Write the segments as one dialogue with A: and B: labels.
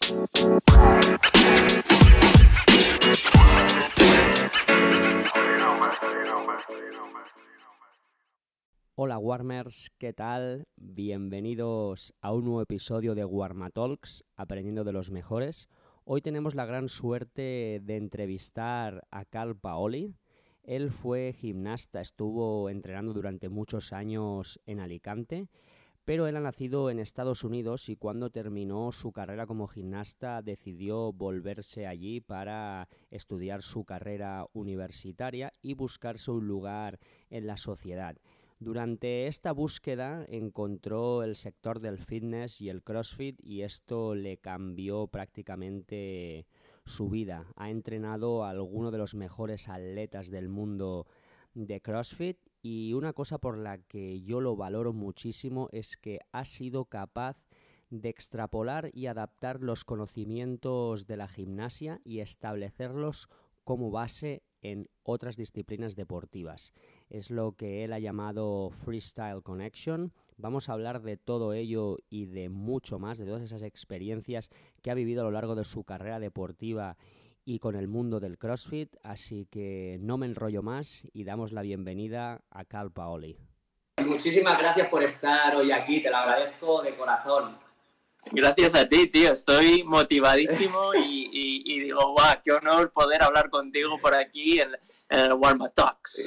A: Hola Warmers, ¿qué tal? Bienvenidos a un nuevo episodio de Warmatalks, aprendiendo de los mejores. Hoy tenemos la gran suerte de entrevistar a Cal Paoli. Él fue gimnasta, estuvo entrenando durante muchos años en Alicante, pero él ha nacido en Estados Unidos y cuando terminó su carrera como gimnasta decidió volverse allí para estudiar su carrera universitaria y buscarse un lugar en la sociedad. Durante esta búsqueda encontró el sector del fitness y el CrossFit y esto le cambió prácticamente su vida. Ha entrenado a algunos de los mejores atletas del mundo de CrossFit y una cosa por la que yo lo valoro muchísimo es que ha sido capaz de extrapolar y adaptar los conocimientos de la gimnasia y establecerlos como base en otras disciplinas deportivas. Es lo que él ha llamado Freestyle Connection. Vamos a hablar de todo ello y de mucho más, de todas esas experiencias que ha vivido a lo largo de su carrera deportiva y con el mundo del CrossFit, así que no me enrollo más y damos la bienvenida a Cal Paoli.
B: Muchísimas gracias por estar hoy aquí, te lo agradezco de corazón.
C: Gracias a ti, tío. Estoy motivadísimo y digo, guau, qué honor poder hablar contigo por aquí en el Warmatalks.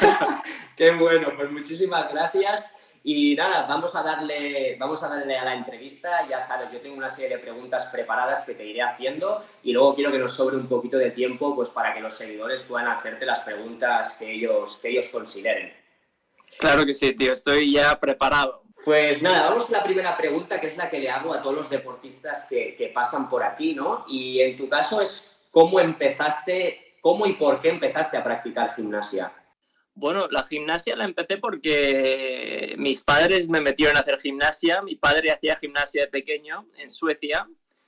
B: Qué bueno, pues muchísimas gracias. Y nada, vamos a darle a la entrevista. Ya sabes, yo tengo una serie de preguntas preparadas que te iré haciendo y luego quiero que nos sobre un poquito de tiempo pues para que los seguidores puedan hacerte las preguntas que ellos consideren.
C: Claro que sí, tío. Estoy ya preparado.
B: Pues nada, vamos con la primera pregunta, que es la que le hago a todos los deportistas que pasan por aquí, ¿no? Y en tu caso es cómo y por qué empezaste a practicar gimnasia.
C: Bueno, la gimnasia la empecé porque mis padres me metieron a hacer gimnasia. Mi padre hacía gimnasia de pequeño en Suecia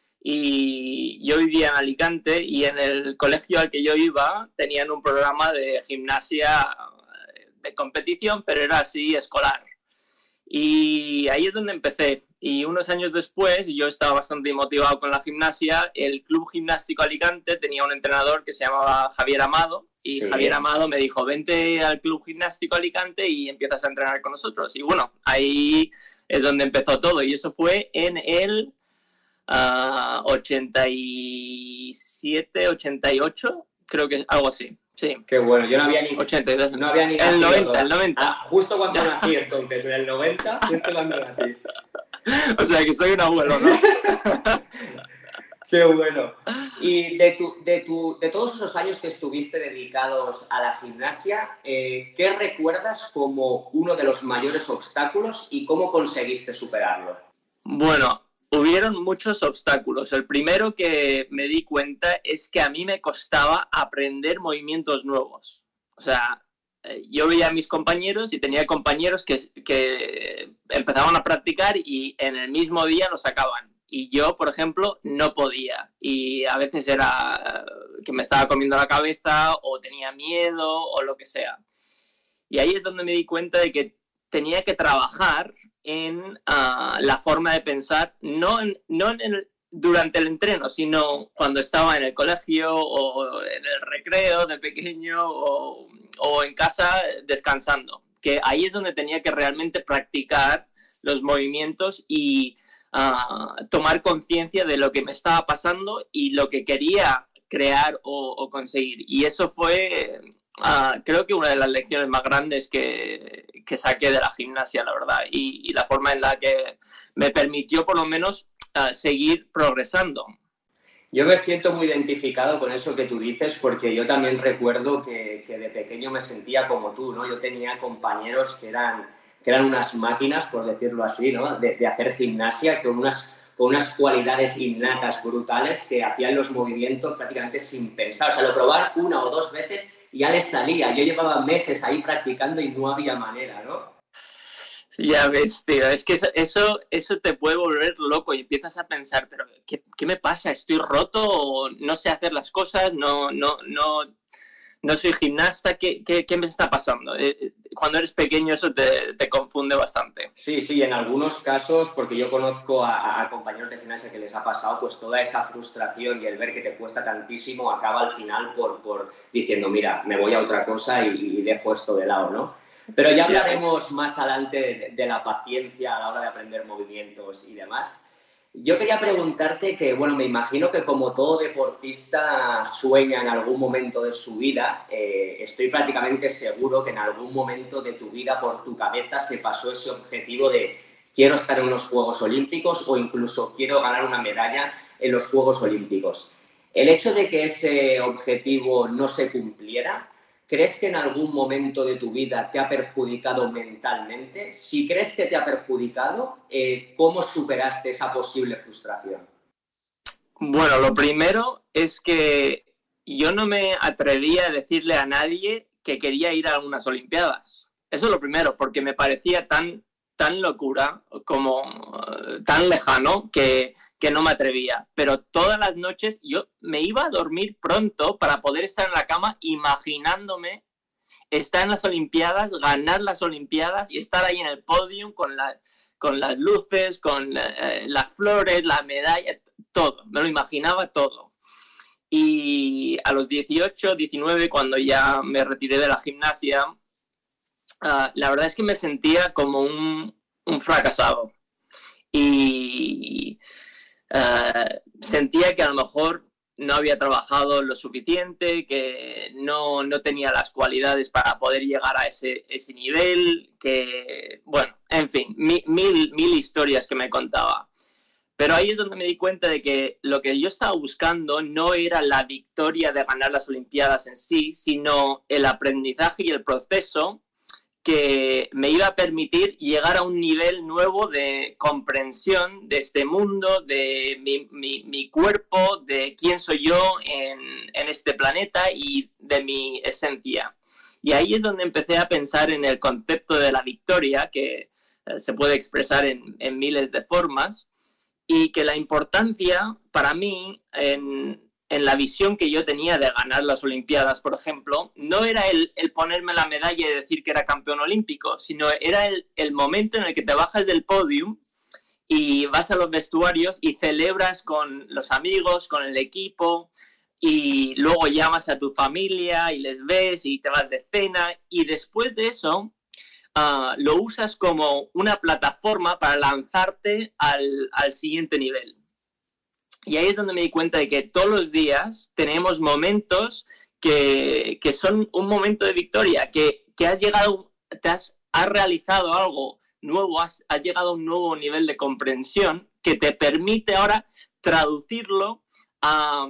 C: y yo vivía en Alicante y en el colegio al que yo iba tenían un programa de gimnasia de competición, pero era así escolar. Y ahí es donde empecé. Y unos años después, yo estaba bastante motivado con la gimnasia, el Club Gimnástico Alicante tenía un entrenador que se llamaba Javier Amado, y sí. Javier Amado me dijo, vente al Club Gimnástico Alicante y empiezas a entrenar con nosotros. Y bueno, ahí es donde empezó todo. Y eso fue en el 87, 88, creo que algo así. Sí.
B: Qué bueno, yo no había ni...
C: 82.
B: No había ni
C: el
B: nacido,
C: 90, el 90.
B: Ah, justo cuando nací entonces, en el 90, justo cuando nací.
C: O sea, que soy un abuelo, ¿no?
B: Qué bueno. Y de todos esos años que estuviste dedicados a la gimnasia, ¿qué recuerdas como uno de los mayores obstáculos y cómo conseguiste superarlo?
C: Bueno, hubieron muchos obstáculos. El primero que me di cuenta es que a mí me costaba aprender movimientos nuevos. O sea, yo veía a mis compañeros y tenía compañeros que empezaban a practicar y en el mismo día lo sacaban. Y yo, por ejemplo, no podía. Y a veces era que me estaba comiendo la cabeza o tenía miedo o lo que sea. Y ahí es donde me di cuenta de que tenía que trabajar en la forma de pensar, durante el entreno, sino cuando estaba en el colegio o en el recreo de pequeño o en casa descansando. Que ahí es donde tenía que realmente practicar los movimientos y tomar conciencia de lo que me estaba pasando y lo que quería crear o conseguir. Y eso fue... creo que una de las lecciones más grandes que saqué de la gimnasia, la verdad, y la forma en la que me permitió por lo menos seguir progresando.
B: Yo me siento muy identificado con eso que tú dices porque yo también recuerdo que de pequeño me sentía como tú, ¿no? Yo tenía compañeros que eran unas máquinas, por decirlo así, ¿no? De hacer gimnasia con unas cualidades innatas brutales que hacían los movimientos prácticamente sin pensar. O sea, lo probaban una o dos veces y ya les salía. Yo llevaba meses ahí practicando y no había manera, ¿no?
C: Ya ves, tío, es que eso te puede volver loco y empiezas a pensar, pero ¿qué me pasa? ¿Estoy roto o no sé hacer las cosas? No no soy gimnasta, ¿qué me está pasando? Cuando eres pequeño eso te confunde bastante.
B: Sí, en algunos casos, porque yo conozco a compañeros de gimnasia que les ha pasado, pues toda esa frustración y el ver que te cuesta tantísimo acaba al final por diciendo, mira, me voy a otra cosa y dejo esto de lado, ¿no? Pero ya hablaremos más adelante de la paciencia a la hora de aprender movimientos y demás. Yo quería preguntarte que, bueno, me imagino que como todo deportista sueña en algún momento de su vida, estoy prácticamente seguro que en algún momento de tu vida por tu cabeza se pasó ese objetivo de quiero estar en los Juegos Olímpicos o incluso quiero ganar una medalla en los Juegos Olímpicos. El hecho de que ese objetivo no se cumpliera, ¿crees que en algún momento de tu vida te ha perjudicado mentalmente? Si crees que te ha perjudicado, ¿cómo superaste esa posible frustración?
C: Bueno, lo primero es que yo no me atrevía a decirle a nadie que quería ir a unas Olimpiadas. Eso es lo primero, porque me parecía tan locura, como tan lejano, que no me atrevía. Pero todas las noches yo me iba a dormir pronto para poder estar en la cama imaginándome estar en las Olimpiadas, ganar las Olimpiadas y estar ahí en el podio con las luces, con las flores, la medalla, todo. Me lo imaginaba todo. Y a los 18, 19, cuando ya me retiré de la gimnasia, la verdad es que me sentía como un fracasado y sentía que a lo mejor no había trabajado lo suficiente, que no tenía las cualidades para poder llegar a ese nivel, que, bueno, en fin, mil historias que me contaba. Pero ahí es donde me di cuenta de que lo que yo estaba buscando no era la victoria de ganar las Olimpiadas en sí, sino el aprendizaje y el proceso que me iba a permitir llegar a un nivel nuevo de comprensión de este mundo, de mi cuerpo, de quién soy yo en este planeta y de mi esencia. Y ahí es donde empecé a pensar en el concepto de la victoria, que se puede expresar en miles de formas, y que la importancia para mí en la visión que yo tenía de ganar las Olimpiadas, por ejemplo, no era el ponerme la medalla y decir que era campeón olímpico, sino era el momento en el que te bajas del podium y vas a los vestuarios y celebras con los amigos, con el equipo, y luego llamas a tu familia y les ves y te vas de cena, y después de eso lo usas como una plataforma para lanzarte al siguiente nivel. Y ahí es donde me di cuenta de que todos los días tenemos momentos que son un momento de victoria, que has llegado, has realizado algo nuevo, has llegado a un nuevo nivel de comprensión que te permite ahora traducirlo a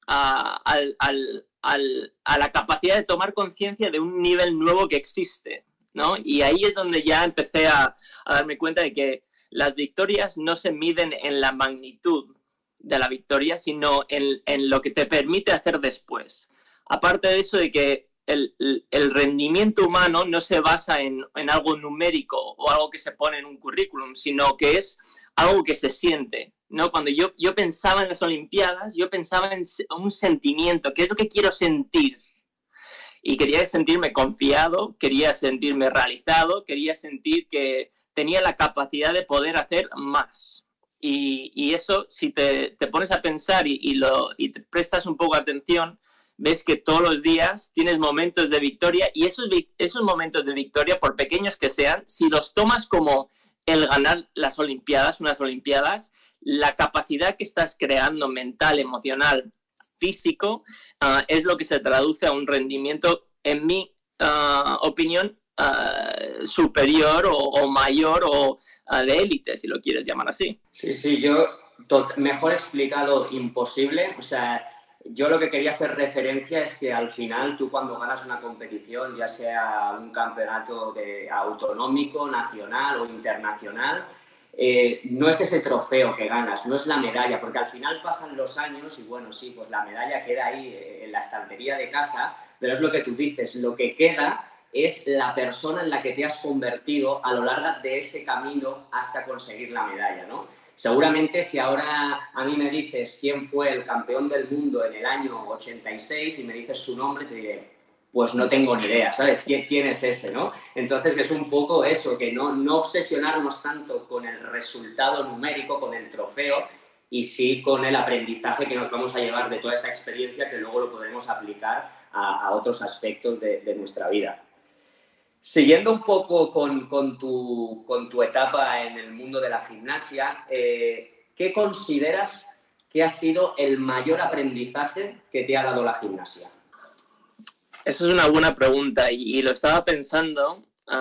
C: la capacidad de tomar conciencia de un nivel nuevo que existe, ¿no? Y ahí es donde ya empecé a darme cuenta de que las victorias no se miden en la magnitud de la victoria, sino en lo que te permite hacer después. Aparte de eso, de que el rendimiento humano no se basa en algo numérico o algo que se pone en un currículum, sino que es algo que se siente, ¿no? Cuando yo pensaba en las Olimpiadas, yo pensaba en un sentimiento, ¿qué es lo que quiero sentir? Y quería sentirme confiado, quería sentirme realizado, quería sentir que tenía la capacidad de poder hacer más. Y eso, si te pones a pensar y te prestas un poco de atención, ves que todos los días tienes momentos de victoria, y esos momentos de victoria, por pequeños que sean, si los tomas como el ganar las Olimpiadas, unas Olimpiadas, la capacidad que estás creando mental, emocional, físico, es lo que se traduce a un rendimiento, en mi opinión, superior o mayor o de élite, si lo quieres llamar así.
B: Sí, yo mejor explicado imposible. O sea, yo lo que quería hacer referencia es que al final tú cuando ganas una competición, ya sea un campeonato autonómico, nacional o internacional, no es ese trofeo que ganas, no es la medalla, porque al final pasan los años y bueno, sí, pues la medalla queda ahí en la estantería de casa, pero es lo que tú dices, lo que queda es la persona en la que te has convertido a lo largo de ese camino hasta conseguir la medalla, ¿no? Seguramente si ahora a mí me dices quién fue el campeón del mundo en el año 86 y me dices su nombre, te diré, pues no tengo ni idea, ¿sabes? ¿Quién es ese, no? Entonces es un poco eso, que no obsesionarnos tanto con el resultado numérico, con el trofeo, y sí con el aprendizaje que nos vamos a llevar de toda esa experiencia que luego lo podremos aplicar a otros aspectos de nuestra vida. Siguiendo un poco con tu etapa en el mundo de la gimnasia, ¿qué consideras que ha sido el mayor aprendizaje que te ha dado la gimnasia?
C: Esa es una buena pregunta y lo estaba pensando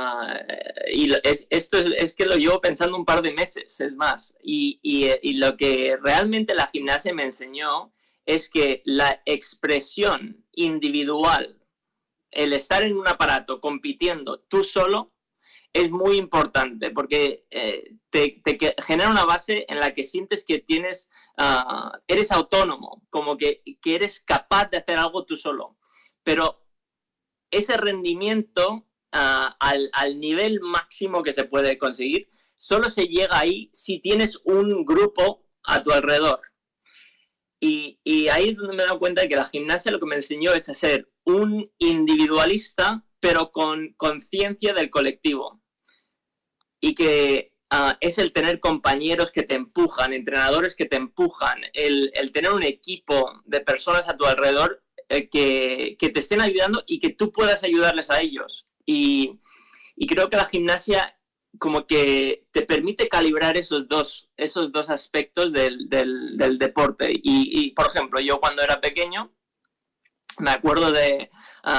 C: esto es que lo llevo pensando un par de meses, es más. Y lo que realmente la gimnasia me enseñó es que la expresión individual, el estar en un aparato compitiendo tú solo, es muy importante porque te genera una base en la que sientes que eres autónomo, como que eres capaz de hacer algo tú solo. Pero ese rendimiento al nivel máximo que se puede conseguir solo se llega ahí si tienes un grupo a tu alrededor. Y ahí es donde me he dado cuenta de que la gimnasia lo que me enseñó es a ser un individualista, pero con conciencia del colectivo. Y que es el tener compañeros que te empujan, entrenadores que te empujan, el tener un equipo de personas a tu alrededor que te estén ayudando y que tú puedas ayudarles a ellos. Y creo que la gimnasia como que te permite calibrar esos dos aspectos del deporte. Y, por ejemplo, yo cuando era pequeño me acuerdo de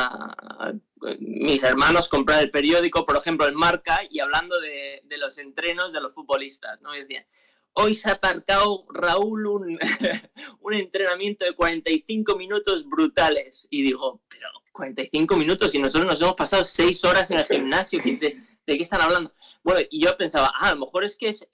C: mis hermanos comprar el periódico, por ejemplo, el Marca, y hablando de los entrenos de los futbolistas, ¿no? Y decían, hoy se ha aparcado Raúl un entrenamiento de 45 minutos brutales. Y digo, pero 45 minutos y nosotros nos hemos pasado 6 horas en el gimnasio. ¿De qué están hablando? Bueno, y yo pensaba, a lo mejor es que es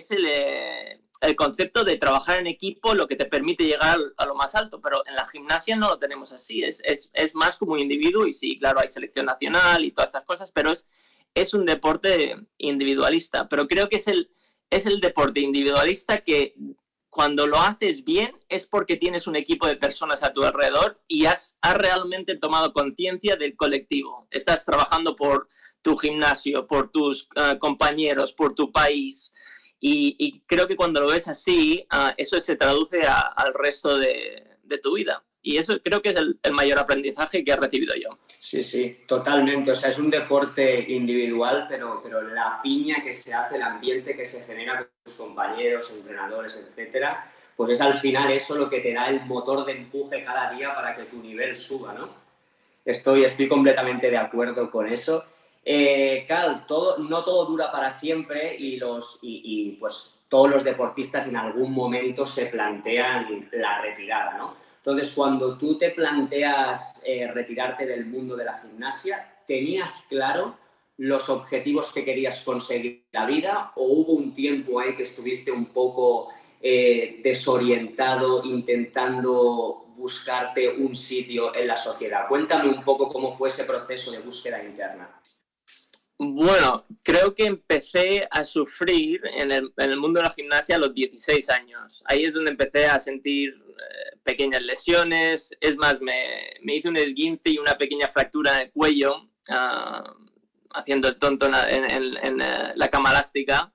C: el concepto de trabajar en equipo lo que te permite llegar a lo más alto, pero en la gimnasia no lo tenemos así, es más como un individuo, y sí, claro, hay selección nacional y todas estas cosas, pero es un deporte individualista, pero creo que es el deporte individualista que cuando lo haces bien es porque tienes un equipo de personas a tu alrededor y has realmente tomado conciencia del colectivo. Estás trabajando por tu gimnasio, por tus compañeros, por tu país. Y creo que cuando lo ves así, eso se traduce al resto de tu vida. Y eso creo que es el mayor aprendizaje que he recibido yo.
B: Sí, sí, totalmente. O sea, es un deporte individual, pero la piña que se hace, el ambiente que se genera con tus compañeros, entrenadores, etcétera, pues es al final eso lo que te da el motor de empuje cada día para que tu nivel suba, ¿no? Estoy completamente de acuerdo con eso. Cal, no todo dura para siempre y pues todos los deportistas en algún momento se plantean la retirada, ¿no? Entonces, cuando tú te planteas retirarte del mundo de la gimnasia, ¿tenías claro los objetivos que querías conseguir en la vida o hubo un tiempo ahí que estuviste un poco desorientado intentando buscarte un sitio en la sociedad? Cuéntame un poco cómo fue ese proceso de búsqueda interna.
C: Bueno, creo que empecé a sufrir en el mundo de la gimnasia a los 16 años. Ahí es donde empecé a sentir pequeñas lesiones. Es más, me hice un esguince y una pequeña fractura en el cuello, haciendo el tonto en la cama elástica.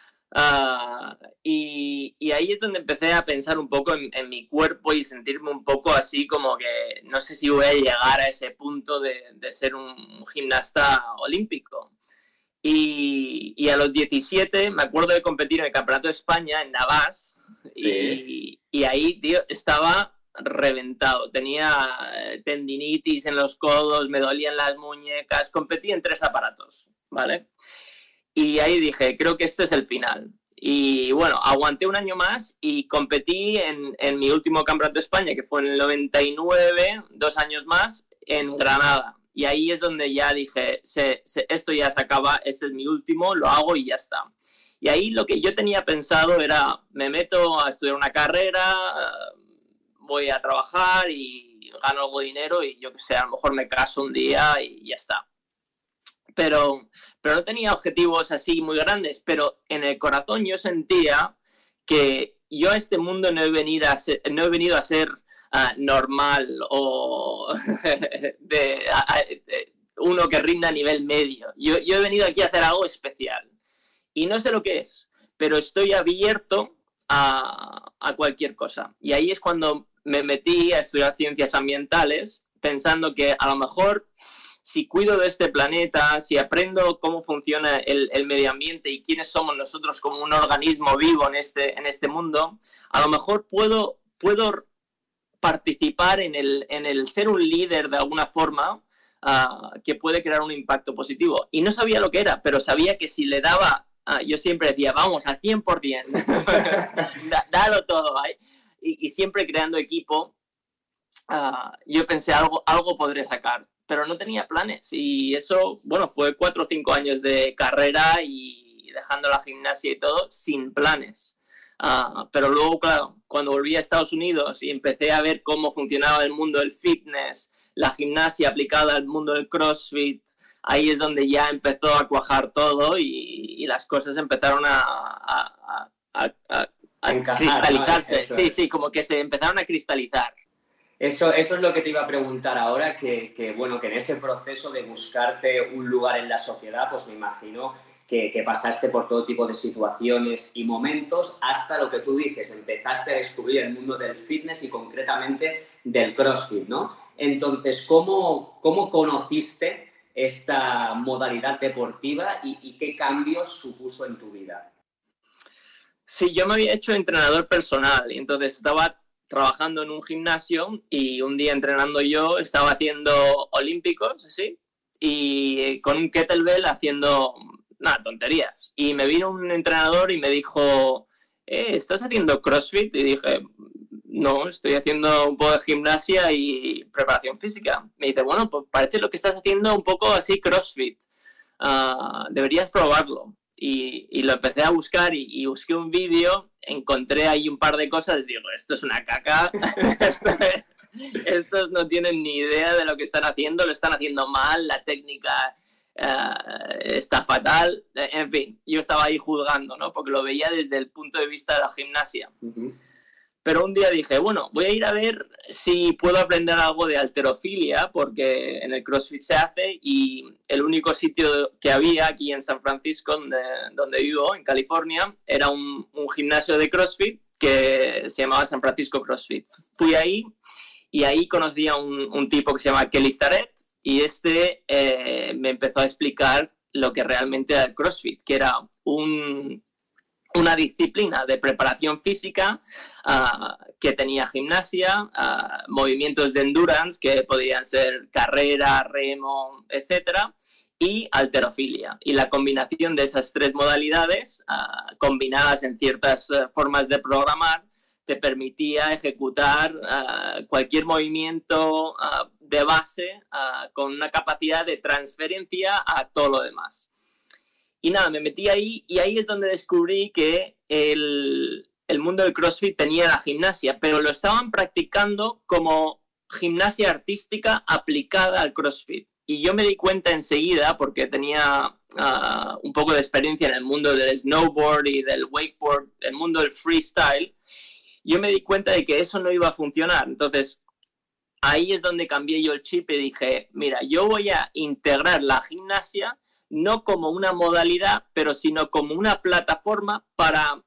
C: Y ahí es donde empecé a pensar un poco en mi cuerpo y sentirme un poco así como que no sé si voy a llegar a ese punto de ser un gimnasta olímpico. Y a los 17 me acuerdo de competir en el Campeonato de España en Navàs. Sí. Y ahí, tío, estaba reventado. Tenía tendinitis en los codos, me dolían las muñecas. Competí en 3 aparatos, ¿vale? Y ahí dije, creo que este es el final. Y bueno, aguanté un año más y competí en mi último Campeonato de España, que fue en el 99, 2 años más, en Granada. Y ahí es donde ya dije, esto ya se acaba, este es mi último, lo hago y ya está. Y ahí lo que yo tenía pensado era, me meto a estudiar una carrera, voy a trabajar y gano algo de dinero y yo que sé, a lo mejor me caso un día y ya está. Pero no tenía objetivos así muy grandes, pero en el corazón yo sentía que yo a este mundo no he venido a ser normal o de uno que rinda a nivel medio. Yo he venido aquí a hacer algo especial y no sé lo que es, pero estoy abierto a cualquier cosa. Y ahí es cuando me metí a estudiar ciencias ambientales, pensando que a lo mejor si cuido de este planeta, si aprendo cómo funciona el medio ambiente y quiénes somos nosotros como un organismo vivo en este mundo, a lo mejor puedo participar en el ser un líder de alguna forma que puede crear un impacto positivo. Y no sabía lo que era, pero sabía que si le daba, yo siempre decía, vamos, al 100%, dalo todo, ¿eh? Y siempre creando equipo, yo pensé, algo podré sacar, pero no tenía planes. Y eso, bueno, fue 4 o 5 años de carrera y dejando la gimnasia y todo, sin planes. Pero luego, claro, cuando volví a Estados Unidos y empecé a ver cómo funcionaba el mundo del fitness, la gimnasia aplicada al mundo del CrossFit, ahí es donde ya empezó a cuajar todo y las cosas empezaron a
B: encajar,
C: cristalizarse.
B: ¿no?
C: Sí, como que se empezaron a cristalizar.
B: Eso es lo que te iba a preguntar ahora, que bueno, que en ese proceso de buscarte un lugar en la sociedad, pues me imagino que pasaste por todo tipo de situaciones y momentos hasta lo que tú dices, empezaste a descubrir el mundo del fitness y concretamente del CrossFit, ¿no? Entonces, ¿cómo conociste esta modalidad deportiva y qué cambios supuso en tu vida?
C: Sí, yo me había hecho entrenador personal y entonces estaba trabajando en un gimnasio y un día entrenando yo estaba haciendo olímpicos, ¿sí? Y con un kettlebell haciendo tonterías. Y me vino un entrenador y me dijo, ¿estás haciendo CrossFit? Y dije, no, estoy haciendo un poco de gimnasia y preparación física. Me dice, bueno, pues parece lo que estás haciendo un poco así CrossFit. Deberías probarlo. Y lo empecé a buscar y busqué un vídeo, encontré ahí un par de cosas y digo, esto es una caca, estos no tienen ni idea de lo que están haciendo, lo están haciendo mal, la técnica está fatal, en fin, yo estaba ahí juzgando, ¿no? Porque lo veía desde el punto de vista de la gimnasia. Uh-huh. Pero un día dije, bueno, voy a ir a ver si puedo aprender algo de halterofilia, porque en el CrossFit se hace y el único sitio que había aquí en San Francisco, donde vivo, en California, era un gimnasio de CrossFit que se llamaba San Francisco CrossFit. Fui ahí y ahí conocí a un tipo que se llama Kelly Starrett y me empezó a explicar lo que realmente era el CrossFit, que era una disciplina de preparación física que tenía gimnasia, movimientos de endurance que podrían ser carrera, remo, etcétera, y halterofilia. Y la combinación de esas 3 modalidades, combinadas en ciertas formas de programar, te permitía ejecutar cualquier movimiento de base con una capacidad de transferencia a todo lo demás. Y nada, me metí ahí y ahí es donde descubrí que el mundo del CrossFit tenía la gimnasia, pero lo estaban practicando como gimnasia artística aplicada al CrossFit. Y yo me di cuenta enseguida, porque tenía un poco de experiencia en el mundo del snowboard y del wakeboard, el mundo del freestyle, yo me di cuenta de que eso no iba a funcionar. Entonces, ahí es donde cambié yo el chip y dije, mira, yo voy a integrar la gimnasia no como una modalidad, pero sino como una plataforma para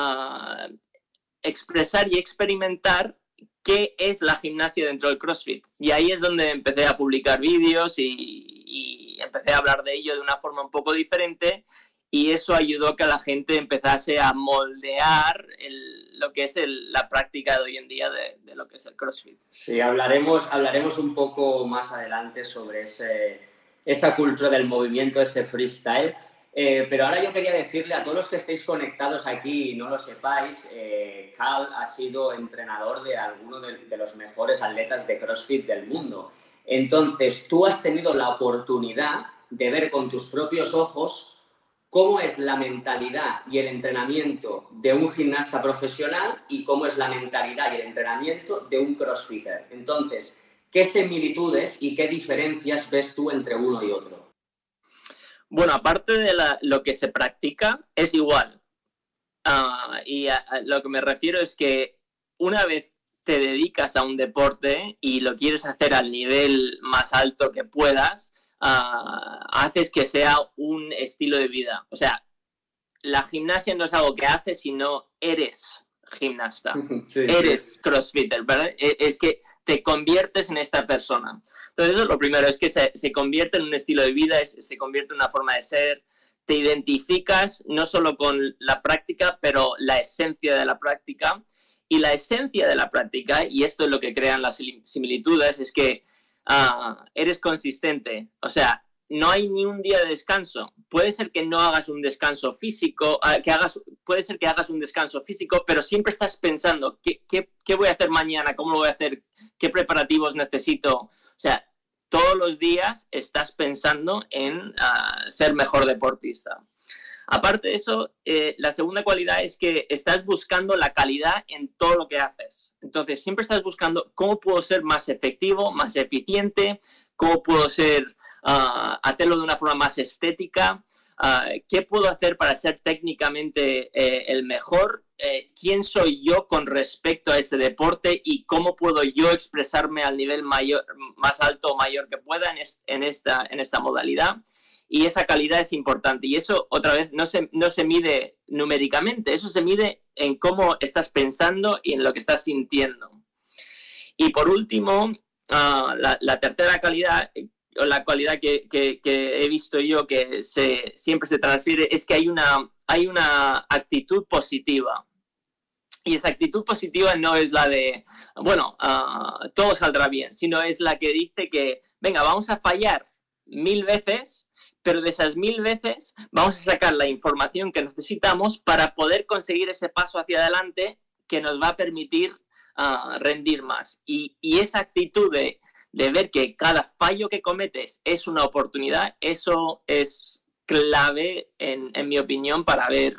C: expresar y experimentar qué es la gimnasia dentro del CrossFit. Y ahí es donde empecé a publicar vídeos y empecé a hablar de ello de una forma un poco diferente y eso ayudó a que la gente empezase a moldear lo que es la práctica de hoy en día de lo que es el CrossFit.
B: Sí, hablaremos un poco más adelante sobre esa cultura del movimiento, ese freestyle. Pero ahora yo quería decirle a todos los que estéis conectados aquí y no lo sepáis, Cal ha sido entrenador de alguno de los mejores atletas de CrossFit del mundo. Entonces, tú has tenido la oportunidad de ver con tus propios ojos cómo es la mentalidad y el entrenamiento de un gimnasta profesional y cómo es la mentalidad y el entrenamiento de un crossfitter. Entonces, ¿qué similitudes y qué diferencias ves tú entre uno y otro?
C: Bueno, aparte de lo que se practica, es igual. Y a lo que me refiero es que una vez te dedicas a un deporte y lo quieres hacer al nivel más alto que puedas, haces que sea un estilo de vida. O sea, la gimnasia no es algo que haces, sino eres gimnasta. Sí, eres crossfitter, ¿verdad? Es que te conviertes en esta persona. Entonces, eso es lo primero, es que se convierte en un estilo de vida, se convierte en una forma de ser. Te identificas no solo con la práctica, pero la esencia de la práctica. Y la esencia de la práctica, y esto es lo que crean las similitudes, es que eres consistente. O sea, no hay ni un día de descanso. Puede ser que no hagas un descanso físico, puede ser que hagas un descanso físico, pero siempre estás pensando, ¿qué voy a hacer mañana? ¿Cómo lo voy a hacer? ¿Qué preparativos necesito? O sea, todos los días estás pensando en ser mejor deportista. Aparte de eso, la segunda cualidad es que estás buscando la calidad en todo lo que haces. Entonces, siempre estás buscando cómo puedo ser más efectivo, más eficiente, cómo puedo hacerlo de una forma más estética, qué puedo hacer para ser técnicamente el mejor, quién soy yo con respecto a este deporte y cómo puedo yo expresarme al nivel más alto o mayor que pueda en esta modalidad. Y esa calidad es importante. Y eso, otra vez, no se mide numéricamente. Eso se mide en cómo estás pensando y en lo que estás sintiendo. Y por último, la tercera calidad, o la cualidad que he visto yo que siempre se transfiere, es que hay una actitud positiva. Y esa actitud positiva no es la de, bueno, todo saldrá bien, sino es la que dice que, venga, vamos a fallar 1000 veces, pero de esas 1000 veces vamos a sacar la información que necesitamos para poder conseguir ese paso hacia adelante que nos va a permitir rendir más. Y esa actitud de ver que cada fallo que cometes es una oportunidad, eso es clave, en mi opinión, para ver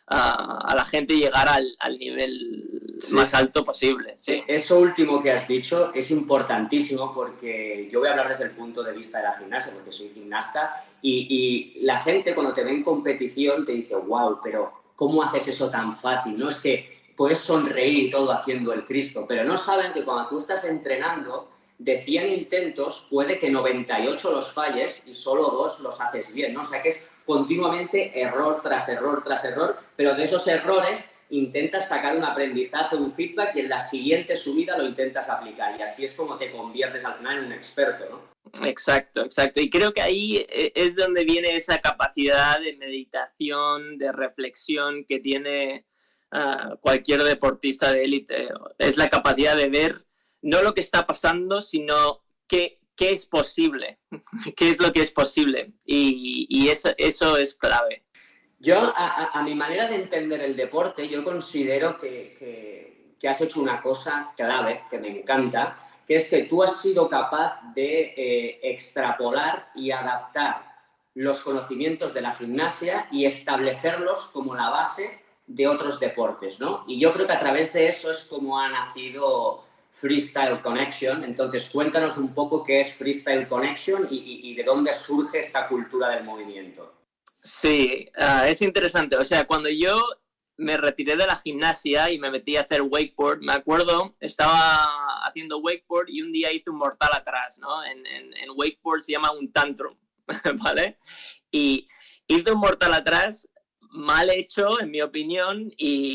C: a la gente llegar al nivel más alto posible.
B: Sí. Eso último que has dicho es importantísimo, porque yo voy a hablar desde el punto de vista de la gimnasia, porque soy gimnasta, y la gente cuando te ve en competición te dice, wow, pero ¿cómo haces eso tan fácil? No es que puedes sonreír y todo haciendo el Cristo, pero no saben que cuando tú estás entrenando, de 100 intentos puede que 98 los falles y solo 2 los haces bien, ¿no? O sea que es continuamente error tras error tras error, pero de esos errores intentas sacar un aprendizaje, un feedback, y en la siguiente subida lo intentas aplicar, y así es como te conviertes al final en un experto, ¿no?
C: Exacto. Y creo que ahí es donde viene esa capacidad de meditación, de reflexión que tiene cualquier deportista de élite. Es la capacidad de ver no lo que está pasando, sino qué es posible, qué es lo que es posible, y eso es clave.
B: Yo, a mi manera de entender el deporte, yo considero que has hecho una cosa clave, que me encanta, que es que tú has sido capaz de extrapolar y adaptar los conocimientos de la gimnasia y establecerlos como la base de otros deportes, ¿no? Y yo creo que a través de eso es como ha nacido Freestyle Connection. Entonces, cuéntanos un poco qué es Freestyle Connection y de dónde surge esta cultura del movimiento.
C: Sí, es interesante. O sea, cuando yo me retiré de la gimnasia y me metí a hacer wakeboard, me acuerdo, estaba haciendo wakeboard y un día hice un mortal atrás, ¿no? En wakeboard se llama un tantrum, ¿vale? Y hice un mortal atrás mal hecho, en mi opinión,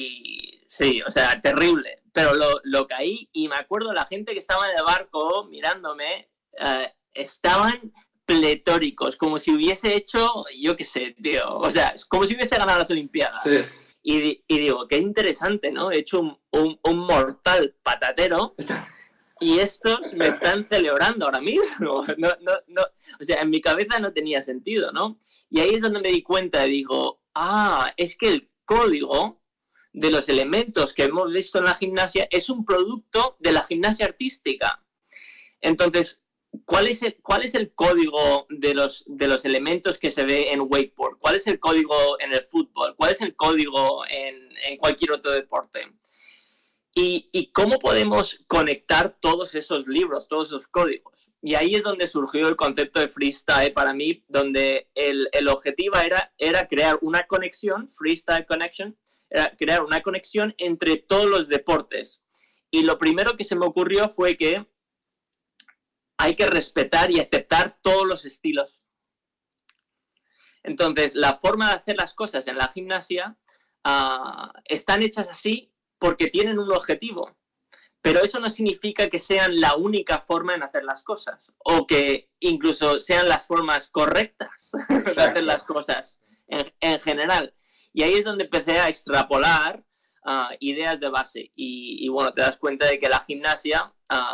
C: y sí, o sea, terrible. Pero lo caí, y me acuerdo la gente que estaba en el barco mirándome, estaban pletóricos, como si hubiese hecho, yo qué sé, tío, o sea, como si hubiese ganado las Olimpiadas. Sí. Y digo, qué interesante, ¿no? He hecho un mortal patatero y estos me están celebrando ahora mismo. No, o sea, en mi cabeza no tenía sentido, ¿no? Y ahí es donde me di cuenta y digo, es que el código de los elementos que hemos visto en la gimnasia es un producto de la gimnasia artística. Entonces, ¿cuál es el código de los elementos que se ve en wakeboard? ¿Cuál es el código en el fútbol? ¿Cuál es el código en cualquier otro deporte? ¿Y cómo podemos conectar todos esos libros, todos esos códigos? Y ahí es donde surgió el concepto de freestyle para mí, donde el objetivo era crear una conexión, freestyle connection, era crear una conexión entre todos los deportes. y lo primero que se me ocurrió fue que hay que respetar y aceptar todos los estilos. Entonces, la forma de hacer las cosas en la gimnasia están hechas así porque tienen un objetivo. Pero eso no significa que sean la única forma en hacer las cosas o que incluso sean las formas correctas de hacer las cosas en general. Y ahí es donde empecé a extrapolar ideas de base. Y bueno, te das cuenta de que la gimnasia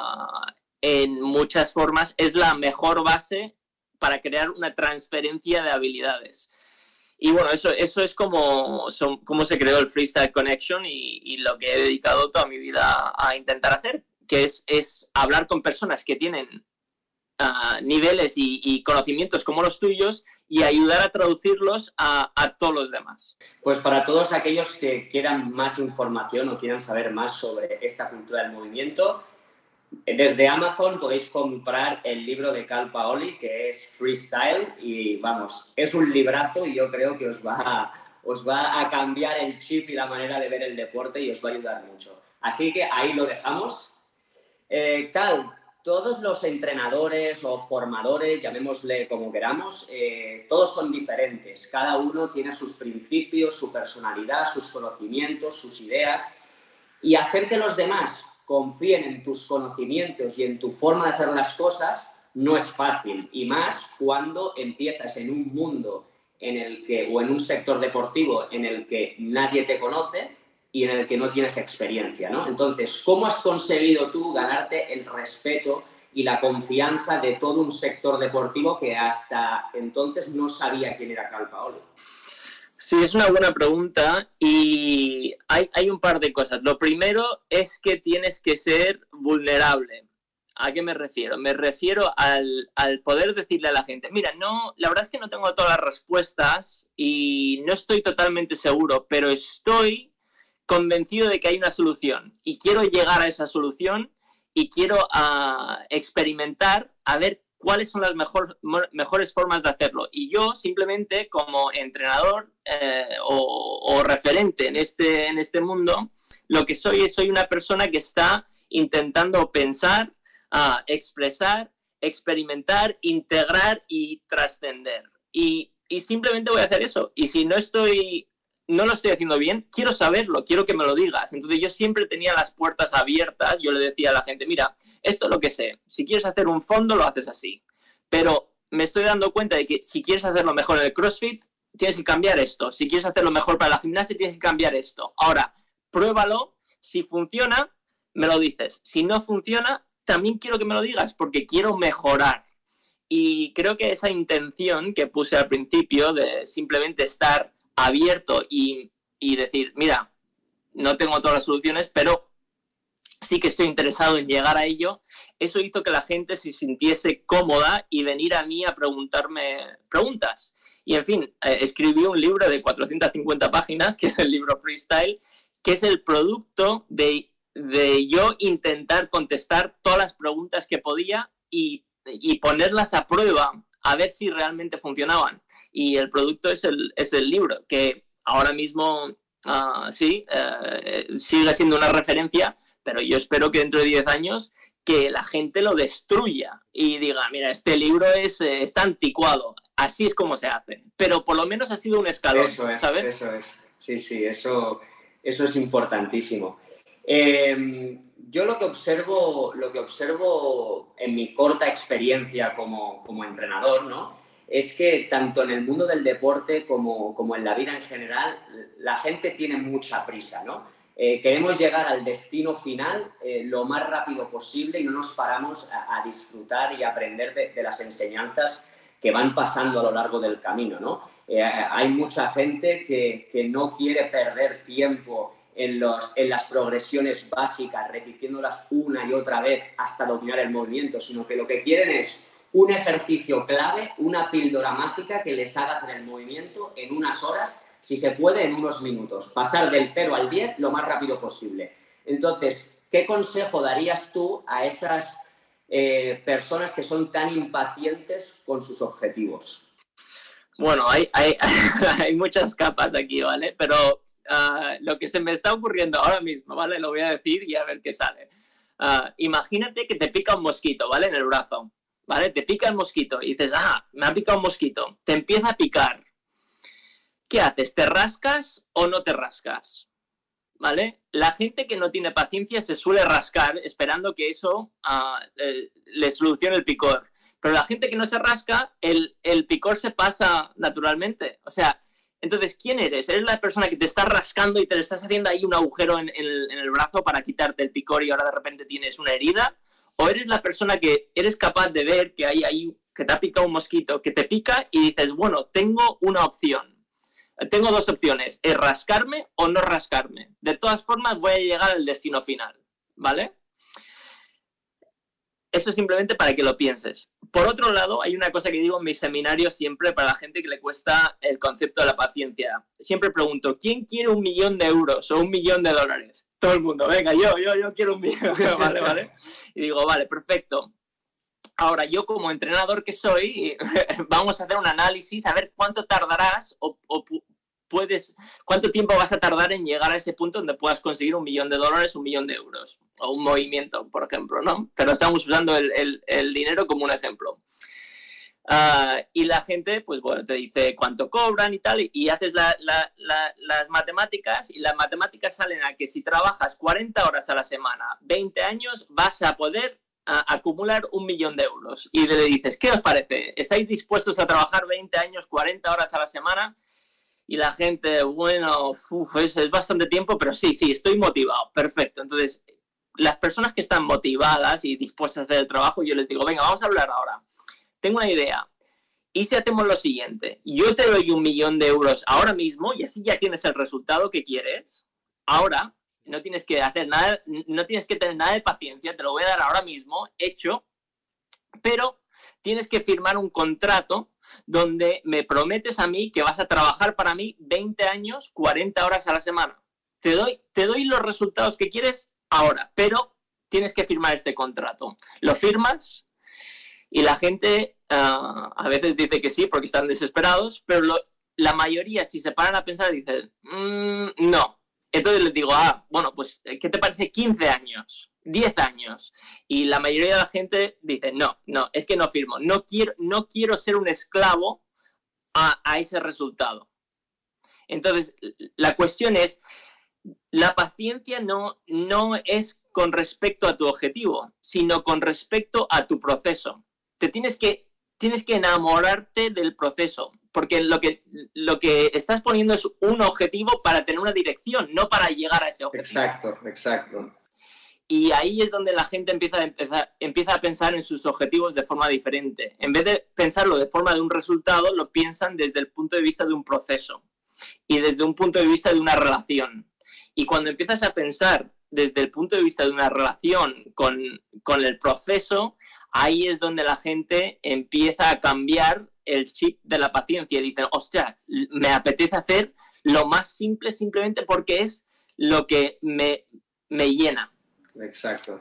C: en muchas formas es la mejor base para crear una transferencia de habilidades. Y bueno, eso es como se creó el Freestyle Connection y lo que he dedicado toda mi vida a intentar hacer, que es hablar con personas que tienen niveles y conocimientos como los tuyos y ayudar a traducirlos a todos los demás.
B: Pues para todos aquellos que quieran más información o quieran saber más sobre esta cultura del movimiento, desde Amazon podéis comprar el libro de Cal Paoli, que es Freestyle, y vamos, es un librazo y yo creo que os va a cambiar el chip y la manera de ver el deporte y os va a ayudar mucho. Así que ahí lo dejamos. Cal, todos los entrenadores o formadores, llamémosle como queramos, todos son diferentes. Cada uno tiene sus principios, su personalidad, sus conocimientos, sus ideas, y hacer que los demás confíen en tus conocimientos y en tu forma de hacer las cosas no es fácil, y más cuando empiezas en un mundo o en un sector deportivo en el que nadie te conoce y en el que no tienes experiencia, ¿no? Entonces, ¿cómo has conseguido tú ganarte el respeto y la confianza de todo un sector deportivo que hasta entonces no sabía quién era Cal Paoli?
C: Sí, es una buena pregunta y hay un par de cosas. Lo primero es que tienes que ser vulnerable. ¿A qué me refiero? Me refiero al poder decirle a la gente, mira, no, la verdad es que no tengo todas las respuestas y no estoy totalmente seguro, pero estoy convencido de que hay una solución y quiero llegar a esa solución y quiero experimentar a ver cuáles son las mejores formas de hacerlo. Y yo simplemente como entrenador o referente en este mundo, lo que soy una persona que está intentando pensar, expresar, experimentar, integrar y trascender. Y simplemente voy a hacer eso. Y si no lo estoy haciendo bien, quiero saberlo, quiero que me lo digas. Entonces yo siempre tenía las puertas abiertas, yo le decía a la gente, mira, esto es lo que sé, si quieres hacer un fondo lo haces así, pero me estoy dando cuenta de que si quieres hacerlo mejor en el CrossFit, tienes que cambiar esto, si quieres hacerlo mejor para la gimnasia, tienes que cambiar esto. Ahora, pruébalo, si funciona, me lo dices, si no funciona, también quiero que me lo digas, porque quiero mejorar. Y creo que esa intención que puse al principio de simplemente estar abierto y decir, mira, no tengo todas las soluciones, pero sí que estoy interesado en llegar a ello, eso hizo que la gente se sintiese cómoda y venir a mí a preguntarme preguntas. Y en fin, escribí un libro de 450 páginas, que es el libro Freestyle, que es el producto de yo intentar contestar todas las preguntas que podía y ponerlas a prueba a ver si realmente funcionaban. Y el producto es el libro, que ahora mismo sigue siendo una referencia, pero yo espero que dentro de 10 años que la gente lo destruya y diga, mira, este libro está anticuado, así es como se hace. Pero por lo menos ha sido un escalón, ¿sabes?
B: Eso es. Sí, eso es importantísimo. Yo lo que observo en mi corta experiencia como entrenador, ¿no?, es que tanto en el mundo del deporte como en la vida en general, la gente tiene mucha prisa, ¿no? Queremos llegar al destino final lo más rápido posible y no nos paramos a disfrutar y aprender de las enseñanzas que van pasando a lo largo del camino, ¿no? Hay mucha gente que no quiere perder tiempo en las progresiones básicas, repitiéndolas una y otra vez hasta dominar el movimiento, sino que lo que quieren es un ejercicio clave, una píldora mágica que les haga hacer el movimiento en unas horas, si se puede en unos minutos, pasar del 0 al 10 lo más rápido posible. Entonces, ¿qué consejo darías tú a esas personas que son tan impacientes con sus objetivos?
C: Bueno, hay muchas capas aquí, ¿vale? Pero lo que se me está ocurriendo ahora mismo, ¿vale? Lo voy a decir y a ver qué sale. Imagínate que te pica un mosquito, ¿vale? En el brazo, ¿vale? Te pica el mosquito y dices, me ha picado un mosquito. Te empieza a picar. ¿Qué haces? ¿Te rascas o no te rascas? ¿Vale? La gente que no tiene paciencia se suele rascar esperando que eso le solucione el picor. Pero la gente que no se rasca, el picor se pasa naturalmente. O sea, entonces, ¿quién eres? ¿Eres la persona que te está rascando y te estás haciendo ahí un agujero en el brazo para quitarte el picor y ahora de repente tienes una herida? ¿O eres la persona que eres capaz de ver que hay ahí, que te ha picado un mosquito, que te pica y dices, bueno, tengo una opción? Tengo dos opciones, es rascarme o no rascarme. De todas formas, voy a llegar al destino final, ¿vale? Eso es simplemente para que lo pienses. Por otro lado, hay una cosa que digo en mis seminarios siempre para la gente que le cuesta el concepto de la paciencia. Siempre pregunto, ¿quién quiere 1.000.000 de euros o 1.000.000 de dólares? Todo el mundo, venga, yo quiero 1.000.000, ¿vale? Y digo, vale, perfecto. Ahora, yo como entrenador que soy, vamos a hacer un análisis, a ver cuánto tardarás cuánto tiempo vas a tardar en llegar a ese punto donde puedas conseguir 1.000.000 de dólares, 1.000.000 de euros, o un movimiento, por ejemplo, ¿no? Pero estamos usando el dinero como un ejemplo. Y la gente, pues bueno, te dice cuánto cobran y tal, y haces las matemáticas, y las matemáticas salen a que si trabajas 40 horas a la semana, 20 años, vas a poder acumular 1.000.000 de euros. Y le dices, ¿qué os parece? ¿Estáis dispuestos a trabajar 20 años, 40 horas a la semana? Y la gente, bueno, es bastante tiempo, pero sí, estoy motivado. Perfecto. Entonces, las personas que están motivadas y dispuestas a hacer el trabajo, yo les digo, venga, vamos a hablar ahora. Tengo una idea. ¿Y si hacemos lo siguiente? Yo te doy 1.000.000 de euros ahora mismo y así ya tienes el resultado que quieres. Ahora, no tienes que hacer nada, no tienes que tener nada de paciencia, te lo voy a dar ahora mismo, hecho, pero tienes que firmar un contrato donde me prometes a mí que vas a trabajar para mí 20 años, 40 horas a la semana. Te doy los resultados que quieres ahora, pero tienes que firmar este contrato. Lo firmas y la gente a veces dice que sí porque están desesperados, pero la mayoría, si se paran a pensar, dicen, no. Entonces les digo, bueno, pues, ¿qué te parece 15 años? 10 años. Y la mayoría de la gente dice, no, es que no firmo. No quiero ser un esclavo a ese resultado. Entonces, la cuestión es, la paciencia no es con respecto a tu objetivo, sino con respecto a tu proceso. Tienes que enamorarte del proceso, porque lo que estás poniendo es un objetivo para tener una dirección, no para llegar a ese objetivo.
B: Exacto.
C: Y ahí es donde la gente empieza a pensar en sus objetivos de forma diferente. En vez de pensarlo de forma de un resultado, lo piensan desde el punto de vista de un proceso y desde un punto de vista de una relación. Y cuando empiezas a pensar desde el punto de vista de una relación con el proceso, ahí es donde la gente empieza a cambiar el chip de la paciencia y dicen, ostras, me apetece hacer lo más simple simplemente porque es lo que me llena.
B: Exacto.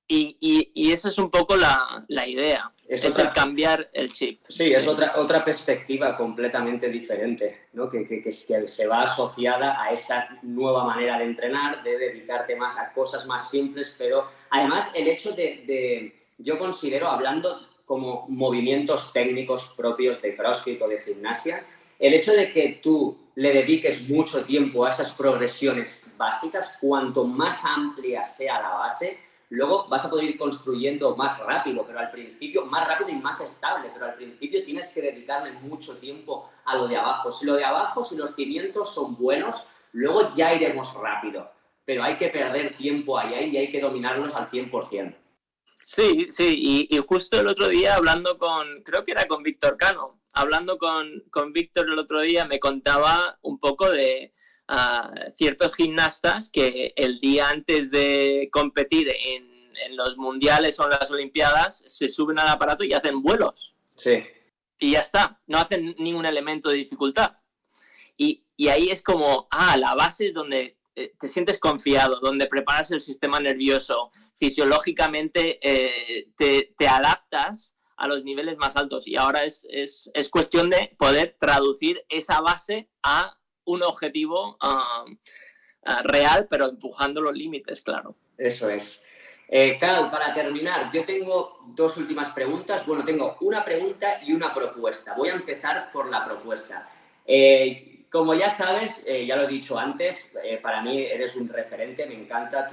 C: Y esa es un poco la idea, es el cambiar el chip.
B: Sí, es otra perspectiva completamente diferente, ¿no? Que se va asociada a esa nueva manera de entrenar, de dedicarte más a cosas más simples, pero además el hecho de yo considero, hablando como movimientos técnicos propios de CrossFit o de gimnasia, el hecho de que tú le dediques mucho tiempo a esas progresiones básicas, cuanto más amplia sea la base, luego vas a poder ir construyendo más rápido, pero al principio, más rápido y más estable, pero al principio tienes que dedicarle mucho tiempo a lo de abajo. Si los cimientos son buenos, luego ya iremos rápido, pero hay que perder tiempo ahí y hay que dominarlos al 100%.
C: Sí, y justo el otro día hablando creo que era con Víctor Cano, hablando con Víctor el otro día me contaba un poco de ciertos gimnastas que el día antes de competir en los mundiales o en las olimpiadas se suben al aparato y hacen vuelos.
B: Sí.
C: Y ya está, no hacen ningún elemento de dificultad. Y ahí es como, la base es donde te sientes confiado, donde preparas el sistema nervioso, fisiológicamente te adaptas a los niveles más altos y ahora es cuestión de poder traducir esa base a un objetivo real, pero empujando los límites, claro.
B: Eso es. Cal, para terminar, yo tengo dos últimas preguntas. Bueno, tengo una pregunta y una propuesta. Voy a empezar por la propuesta. Como ya sabes, ya lo he dicho antes, para mí eres un referente, me encanta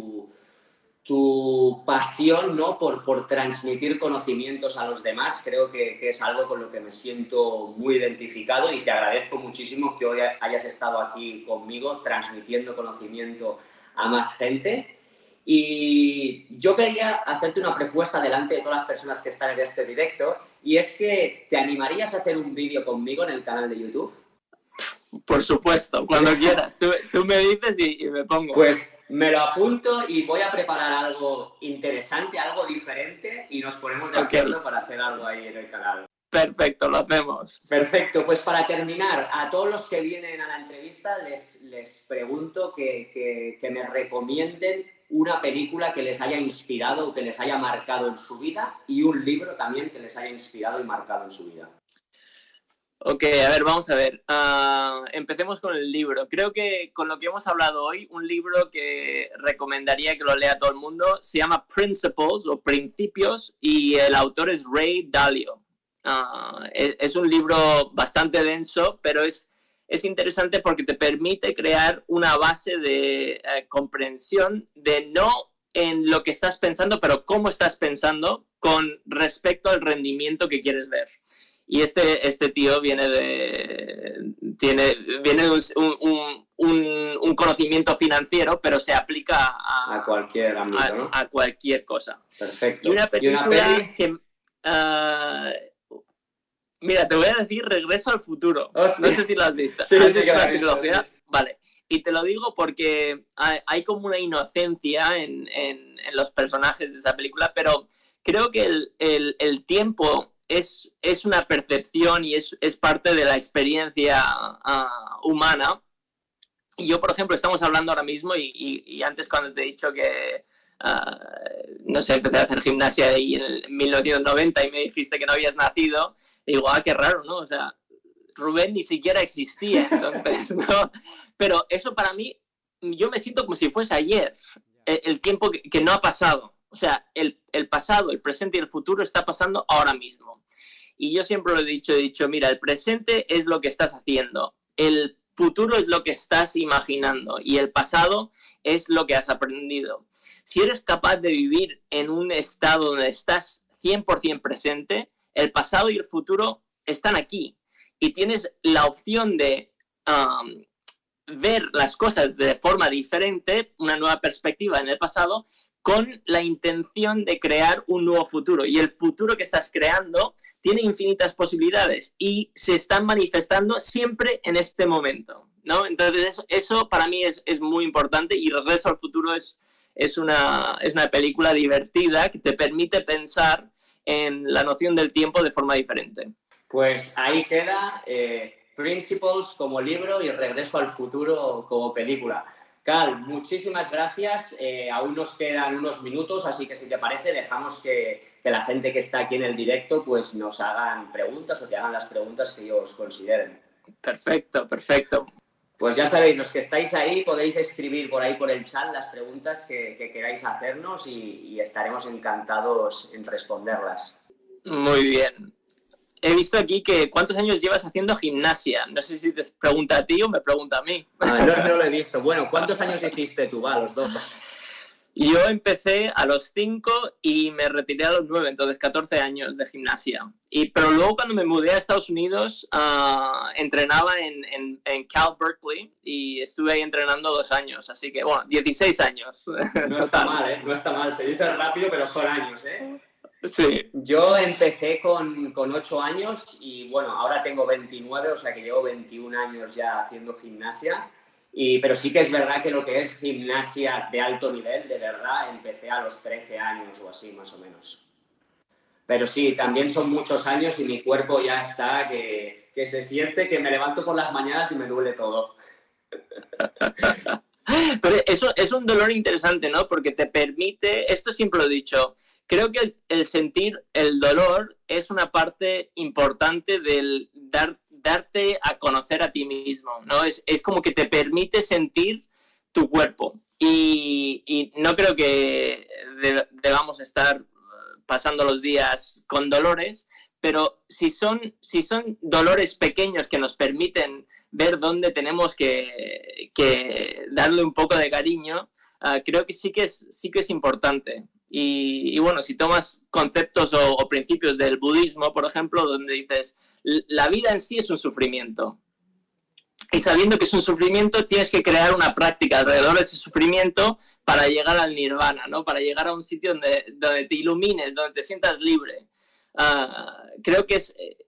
B: tu pasión, ¿no? por transmitir conocimientos a los demás. Creo que es algo con lo que me siento muy identificado y te agradezco muchísimo que hoy hayas estado aquí conmigo transmitiendo conocimiento a más gente. Y yo quería hacerte una propuesta delante de todas las personas que están en este directo, y es que ¿te animarías a hacer un vídeo conmigo en el canal de YouTube?
C: Por supuesto, cuando quieras. Tú me dices y me pongo.
B: Pues me lo apunto y voy a preparar algo interesante, algo diferente, y nos ponemos de acuerdo para hacer algo ahí en el canal.
C: Perfecto, lo hacemos.
B: Perfecto, pues para terminar, a todos los que vienen a la entrevista les pregunto que me recomienden una película que les haya inspirado o que les haya marcado en su vida, y un libro también que les haya inspirado y marcado en su vida.
C: Ok, a ver, vamos a ver. Empecemos con el libro. Creo que con lo que hemos hablado hoy, un libro que recomendaría que lo lea todo el mundo se llama Principles o Principios, y el autor es Ray Dalio. Es un libro bastante denso, pero es interesante porque te permite crear una base de comprensión de no en lo que estás pensando, pero cómo estás pensando con respecto al rendimiento que quieres ver. Y este tío viene de un conocimiento financiero, pero se aplica
B: a cualquier ámbito, ¿no?
C: A cualquier cosa.
B: Perfecto.
C: Y una película que... mira, te voy a decir Regreso al Futuro.
B: Hostia.
C: No sé si lo has visto.
B: Sí,
C: ¿Has
B: sí,
C: visto la
B: visto,
C: trilogía?
B: sí.
C: Vale. Y te lo digo porque hay como una inocencia en los personajes de esa película, pero creo que el tiempo es una percepción y es parte de la experiencia humana. Y yo, por ejemplo, estamos hablando ahora mismo y antes cuando te he dicho que, no sé, empecé a hacer gimnasia ahí en 1990 y me dijiste que no habías nacido, digo, qué raro, ¿no? O sea, Rubén ni siquiera existía, entonces, ¿no? Pero eso para mí, yo me siento como si fuese ayer, el tiempo que no ha pasado. O sea, el pasado, el presente y el futuro está pasando ahora mismo. Y yo siempre lo he dicho, mira, el presente es lo que estás haciendo, el futuro es lo que estás imaginando y el pasado es lo que has aprendido. Si eres capaz de vivir en un estado donde estás 100% presente, el pasado y el futuro están aquí. Y tienes la opción de ver las cosas de forma diferente, una nueva perspectiva en el pasado, con la intención de crear un nuevo futuro. Y el futuro que estás creando tiene infinitas posibilidades y se están manifestando siempre en este momento, ¿no? Entonces eso para mí es muy importante, y Regreso al Futuro es una película divertida que te permite pensar en la noción del tiempo de forma diferente.
B: Pues ahí queda Principles como libro y Regreso al Futuro como película. Cal, muchísimas gracias. Aún nos quedan unos minutos, así que si te parece dejamos que la gente que está aquí en el directo pues nos hagan preguntas o te hagan las preguntas que ellos consideren.
C: Perfecto, perfecto.
B: Pues ya sabéis, los que estáis ahí podéis escribir por ahí por el chat las preguntas que queráis hacernos y estaremos encantados en responderlas.
C: Muy bien. He visto aquí que ¿cuántos años llevas haciendo gimnasia? No sé si te pregunta a ti o me pregunta a mí.
B: No lo he visto. Bueno, ¿cuántos años hiciste tú? Los dos.
C: Yo empecé a los 5 y me retiré a los 9, entonces 14 años de gimnasia. Pero luego cuando me mudé a Estados Unidos, entrenaba en Cal Berkeley y estuve ahí entrenando 2 años. Así que, bueno, 16 años.
B: No está mal, ¿eh? No está mal. Se dice rápido, pero son años, ¿eh?
C: Sí.
B: Yo empecé con 8 años y, bueno, ahora tengo 29, o sea que llevo 21 años ya haciendo gimnasia. Pero sí que es verdad que lo que es gimnasia de alto nivel, de verdad, empecé a los 13 años o así, más o menos. Pero sí, también son muchos años y mi cuerpo ya está, que se siente que me levanto por las mañanas y me duele todo.
C: Pero eso es un dolor interesante, ¿no? Porque te permite, esto siempre lo he dicho, creo que el sentir el dolor es una parte importante del darte a conocer a ti mismo, ¿no? Es como que te permite sentir tu cuerpo. Y no creo que debamos estar pasando los días con dolores, pero si son dolores pequeños que nos permiten ver dónde tenemos que darle un poco de cariño, creo que sí que es importante. Y bueno, si tomas conceptos o principios del budismo, por ejemplo, donde dices, la vida en sí es un sufrimiento. Y sabiendo que es un sufrimiento, tienes que crear una práctica alrededor de ese sufrimiento para llegar al nirvana, ¿no? Para llegar a un sitio donde te ilumines, donde te sientas libre. Creo que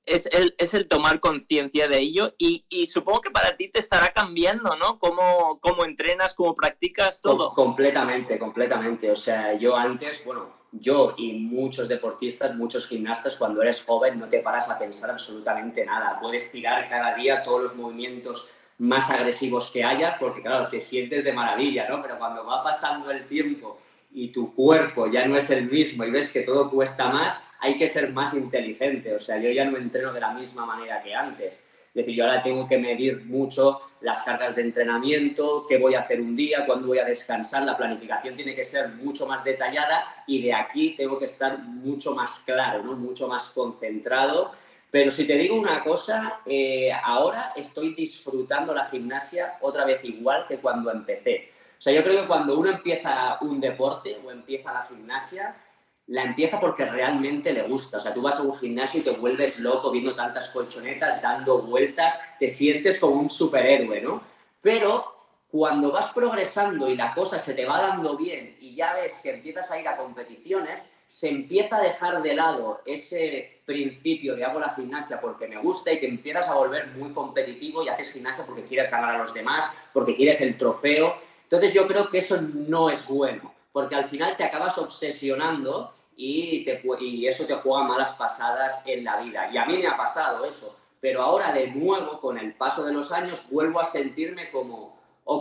C: es el tomar conciencia de ello y supongo que para ti te estará cambiando, ¿no? Cómo entrenas, cómo practicas, todo.
B: Completamente. O sea, yo antes, yo y muchos deportistas, muchos gimnastas, cuando eres joven no te paras a pensar absolutamente nada. Puedes tirar cada día todos los movimientos más agresivos que haya porque, claro, te sientes de maravilla, ¿no? Pero cuando va pasando el tiempo y tu cuerpo ya no es el mismo y ves que todo cuesta más, hay que ser más inteligente. O sea, yo ya no entreno de la misma manera que antes. Es decir, yo ahora tengo que medir mucho las cargas de entrenamiento, qué voy a hacer un día, cuándo voy a descansar. La planificación tiene que ser mucho más detallada y de aquí tengo que estar mucho más claro, ¿no? Mucho más concentrado. Pero si te digo una cosa, ahora estoy disfrutando la gimnasia otra vez igual que cuando empecé. O sea, yo creo que cuando uno empieza un deporte o empieza la gimnasia, la empieza porque realmente le gusta. O sea, tú vas a un gimnasio y te vuelves loco viendo tantas colchonetas, dando vueltas, te sientes como un superhéroe, ¿no? Pero cuando vas progresando y la cosa se te va dando bien y ya ves que empiezas a ir a competiciones, se empieza a dejar de lado ese principio de hago la gimnasia porque me gusta y que empiezas a volver muy competitivo y haces gimnasia porque quieres ganar a los demás, porque quieres el trofeo. Entonces yo creo que eso no es bueno, porque al final te acabas obsesionando y eso te juega malas pasadas en la vida. Y a mí me ha pasado eso, pero ahora de nuevo, con el paso de los años, vuelvo a sentirme como,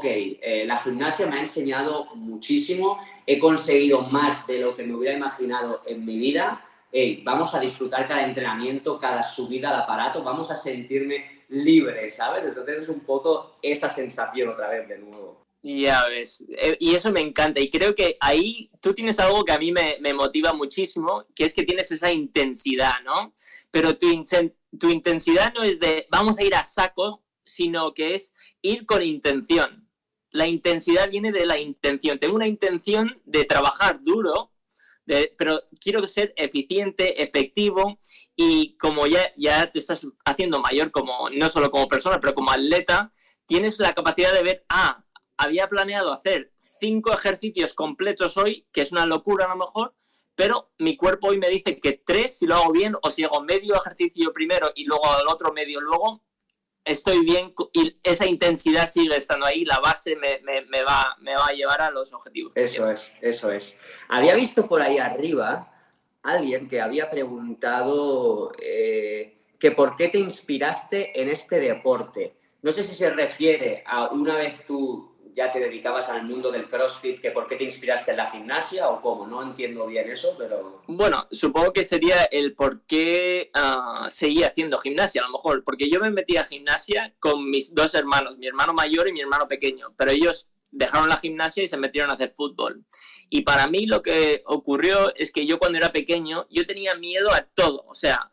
B: la gimnasia me ha enseñado muchísimo, he conseguido más de lo que me hubiera imaginado en mi vida. Vamos a disfrutar cada entrenamiento, cada subida al aparato, vamos a sentirme libre, ¿sabes? Entonces es un poco esa sensación otra vez de nuevo.
C: Ya ves, y eso me encanta y creo que ahí tú tienes algo que a mí me motiva muchísimo, que es que tienes esa intensidad, ¿no? Pero tu intensidad no es de vamos a ir a saco, sino que es ir con intención. La intensidad viene de la intención. Tengo una intención de trabajar duro, pero quiero ser eficiente, efectivo y como ya te estás haciendo mayor, no solo como persona, pero como atleta, tienes la capacidad de ver, había planeado hacer 5 ejercicios completos hoy, que es una locura a lo mejor, pero mi cuerpo hoy me dice que 3 si lo hago bien, o si hago medio ejercicio primero y luego al otro medio luego, estoy bien y esa intensidad sigue estando ahí, la base me va a llevar a los objetivos.
B: Eso es. Había visto por ahí arriba alguien que había preguntado que por qué te inspiraste en este deporte. No sé si se refiere a una vez tú ya te dedicabas al mundo del CrossFit, que por qué te inspiraste en la gimnasia o cómo. No entiendo bien eso, pero...
C: Bueno, supongo que sería el por qué seguía haciendo gimnasia, a lo mejor. Porque yo me metí a gimnasia con mis 2 hermanos, mi hermano mayor y mi hermano pequeño. Pero ellos dejaron la gimnasia y se metieron a hacer fútbol. Y para mí lo que ocurrió es que yo cuando era pequeño, yo tenía miedo a todo. O sea,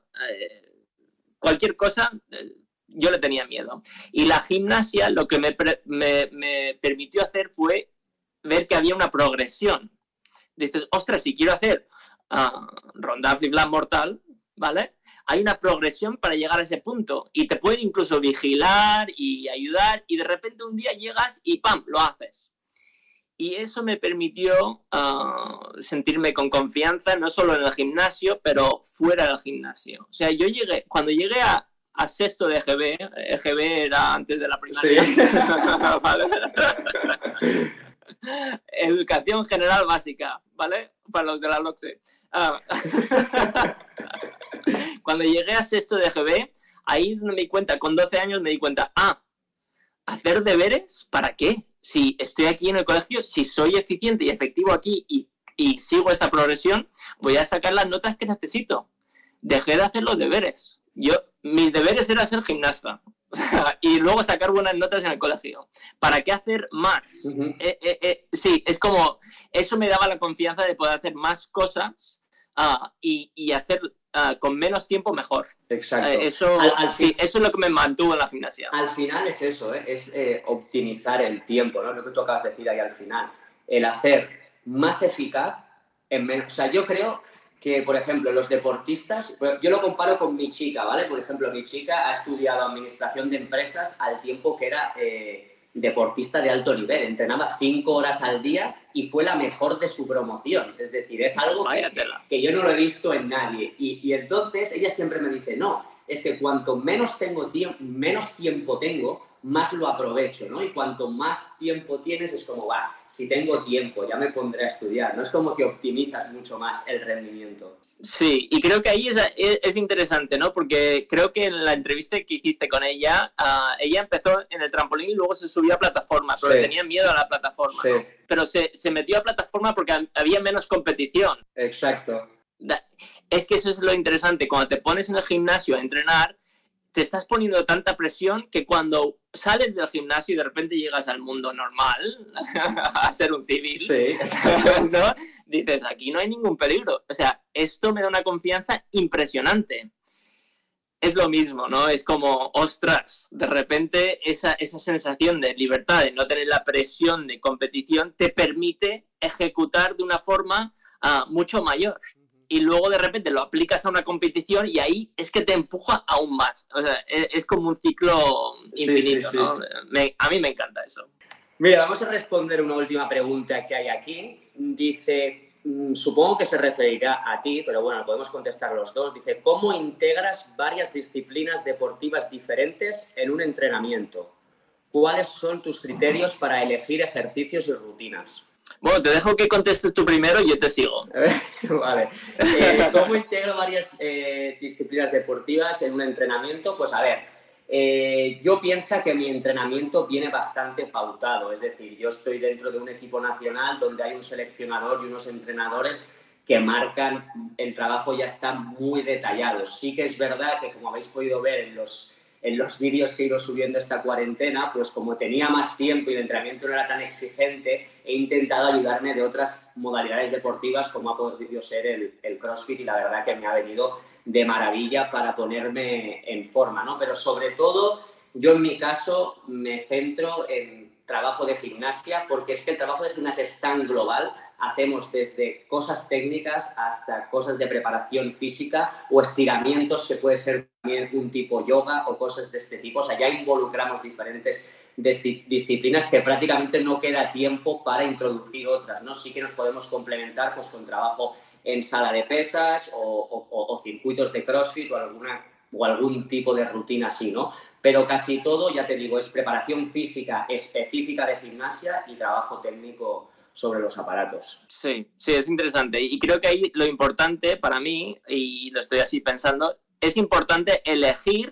C: cualquier cosa... yo le tenía miedo. Y la gimnasia lo que me permitió hacer fue ver que había una progresión. Dices, ostras, si quiero hacer ronda flip flat mortal, ¿vale? Hay una progresión para llegar a ese punto. Y te pueden incluso vigilar y ayudar. Y de repente un día llegas y ¡pam! Lo haces. Y eso me permitió sentirme con confianza, no solo en el gimnasio, pero fuera del gimnasio. O sea, cuando llegué a sexto de EGB era antes de la primaria. Sí. ¿Vale? Educación general básica, ¿vale? Para los de la LOCSE. Cuando llegué a sexto de EGB, ahí es donde me di cuenta, con 12 años me di cuenta, ¿hacer deberes? ¿Para qué? Si estoy aquí en el colegio, si soy eficiente y efectivo aquí y y sigo esta progresión, voy a sacar las notas que necesito. Dejé de hacer los deberes. Mis deberes era ser gimnasta y luego sacar buenas notas en el colegio. ¿Para qué hacer más?
B: Uh-huh.
C: Sí, es como, eso me daba la confianza de poder hacer más cosas y hacer con menos tiempo mejor.
B: Exacto.
C: Eso es lo que me mantuvo en la gimnasia.
B: Al final es eso, es optimizar el tiempo, ¿no? Lo que tú acabas de decir ahí al final. El hacer más eficaz en menos. O sea, yo creo que, por ejemplo, los deportistas, yo lo comparo con mi chica, ¿vale? Por ejemplo, mi chica ha estudiado administración de empresas al tiempo que era deportista de alto nivel. Entrenaba 5 horas al día y fue la mejor de su promoción. Es decir, es algo que yo no lo he visto en nadie. Y entonces ella siempre me dice, no, es que cuanto menos tiempo tengo, más lo aprovecho, ¿no? Y cuanto más tiempo tienes es como, si tengo tiempo, ya me pondré a estudiar, ¿no? Es como que optimizas mucho más el rendimiento.
C: Sí, y creo que ahí es interesante, ¿no? Porque creo que en la entrevista que hiciste con ella, ella empezó en el trampolín y luego se subió a plataforma, pero le tenía miedo a la plataforma, ¿no? Pero se metió a plataforma porque había menos competición.
B: Exacto.
C: Es que eso es lo interesante, cuando te pones en el gimnasio a entrenar, te estás poniendo tanta presión que cuando sales del gimnasio y de repente llegas al mundo normal, a ser un civil, ¿no? Dices, aquí no hay ningún peligro. O sea, esto me da una confianza impresionante. Es lo mismo, ¿no? Es como, ostras, de repente esa sensación de libertad, de no tener la presión de competición, te permite ejecutar de una forma mucho mayor. Y luego de repente lo aplicas a una competición y ahí es que te empuja aún más. O sea, es como un ciclo infinito, ¿no? A mí me encanta eso.
B: Mira, vamos a responder una última pregunta que hay aquí. Dice, supongo que se referirá a ti, pero bueno, podemos contestar los dos. Dice, ¿cómo integras varias disciplinas deportivas diferentes en un entrenamiento? ¿Cuáles son tus criterios para elegir ejercicios y rutinas?
C: Bueno, te dejo que contestes tú primero y yo te sigo.
B: Vale. ¿Cómo integro varias disciplinas deportivas en un entrenamiento? Pues a ver, yo pienso que mi entrenamiento viene bastante pautado. Es decir, yo estoy dentro de un equipo nacional donde hay un seleccionador y unos entrenadores que marcan el trabajo, ya está muy detallado. Sí que es verdad que, como habéis podido ver en los vídeos que he ido subiendo esta cuarentena, pues como tenía más tiempo y el entrenamiento no era tan exigente, he intentado ayudarme de otras modalidades deportivas como ha podido ser el CrossFit, y la verdad que me ha venido de maravilla para ponerme en forma, ¿no? Pero sobre todo, yo en mi caso me centro en trabajo de gimnasia, porque es que el trabajo de gimnasia es tan global. Hacemos desde cosas técnicas hasta cosas de preparación física o estiramientos, que puede ser también un tipo yoga o cosas de este tipo. O sea, ya involucramos diferentes disciplinas que prácticamente no queda tiempo para introducir otras, ¿no? Sí que nos podemos complementar pues, con trabajo en sala de pesas o circuitos de CrossFit o algún tipo de rutina así, ¿no? Pero casi todo, ya te digo, es preparación física específica de gimnasia y trabajo técnico sobre los aparatos.
C: Sí, es interesante. Y creo que ahí lo importante para mí, y lo estoy así pensando, es importante elegir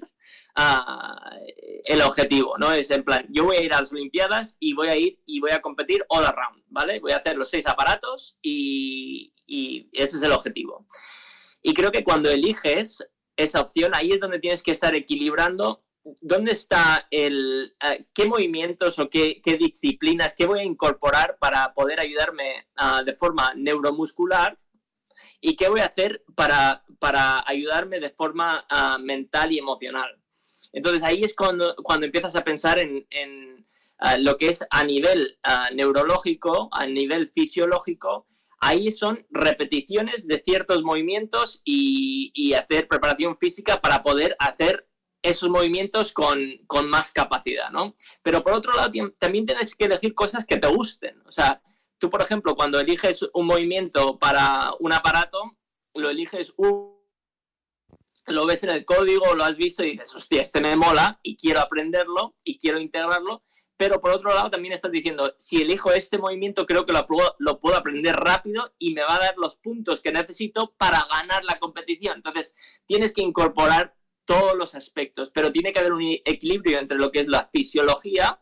C: el objetivo, ¿no? Es en plan, yo voy a ir a las Olimpiadas y voy a competir all around, ¿vale? Voy a hacer los 6 aparatos y ese es el objetivo. Y creo que cuando eliges esa opción, ahí es donde tienes que estar equilibrando dónde está qué movimientos o qué disciplinas, qué voy a incorporar para poder ayudarme de forma neuromuscular y qué voy a hacer para ayudarme de forma mental y emocional. Entonces ahí es cuando empiezas a pensar en lo que es a nivel neurológico, a nivel fisiológico. Ahí son repeticiones de ciertos movimientos y hacer preparación física para poder hacer esos movimientos con más capacidad, ¿no? Pero por otro lado, también tienes que elegir cosas que te gusten. O sea, tú, por ejemplo, cuando eliges un movimiento para un aparato, lo eliges lo ves en el código, lo has visto y dices, hostia, este me mola y quiero aprenderlo y quiero integrarlo. Pero por otro lado también estás diciendo, si elijo este movimiento creo que lo puedo aprender rápido y me va a dar los puntos que necesito para ganar la competición. Entonces tienes que incorporar todos los aspectos, pero tiene que haber un equilibrio entre lo que es la fisiología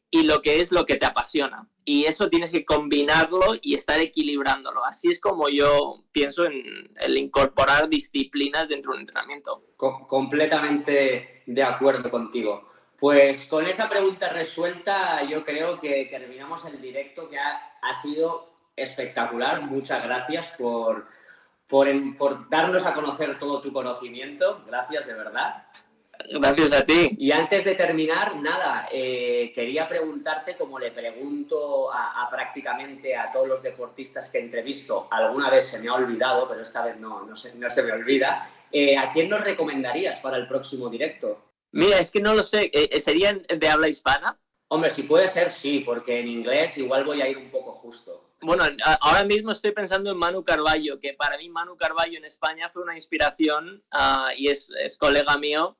C: y lo que es lo que te apasiona. Y eso tienes que combinarlo y estar equilibrándolo. Así es como yo pienso en el incorporar disciplinas dentro de un entrenamiento.
B: Completamente de acuerdo contigo. Pues con esa pregunta resuelta yo creo que terminamos el directo, que ha sido espectacular. Muchas gracias por darnos a conocer todo tu conocimiento. Gracias, de verdad.
C: Gracias a ti.
B: Y antes de terminar, nada, quería preguntarte, como le pregunto a prácticamente a todos los deportistas que entrevisto, alguna vez se me ha olvidado, pero esta vez no se me olvida, ¿a quién nos recomendarías para el próximo directo?
C: Mira, es que no lo sé, ¿serían de habla hispana?
B: Hombre, si puede ser, sí, porque en inglés igual voy a ir un poco justo.
C: Bueno, ahora mismo estoy pensando en Manu Carballo, que para mí Manu Carballo en España fue una inspiración y es colega mío.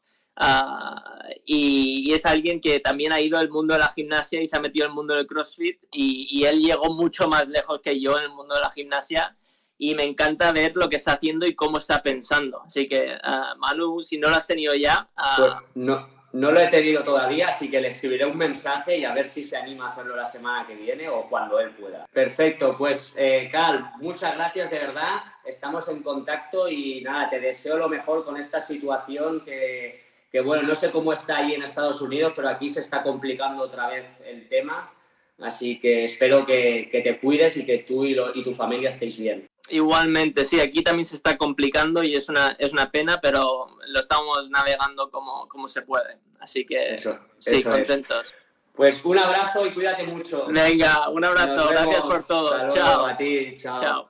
C: Y es alguien que también ha ido al mundo de la gimnasia y se ha metido en el mundo del CrossFit y él llegó mucho más lejos que yo en el mundo de la gimnasia y me encanta ver lo que está haciendo y cómo está pensando. Así que, Manu, si no lo has tenido ya...
B: Pues no lo he tenido todavía, así que le escribiré un mensaje y a ver si se anima a hacerlo la semana que viene o cuando él pueda. Perfecto, pues Cal, muchas gracias de verdad, estamos en contacto y nada, te deseo lo mejor con esta situación que bueno, no sé cómo está ahí en Estados Unidos, pero aquí se está complicando otra vez el tema, así que espero que te cuides y que tú y tu familia estéis bien.
C: Igualmente, sí, aquí también se está complicando y es una pena, pero lo estamos navegando como se puede, así que
B: eso
C: contentos.
B: Es. Pues un abrazo y cuídate mucho.
C: Venga, un abrazo, gracias por todo.
B: Hasta luego,
C: Chao.
B: A ti, chao.
C: Chao.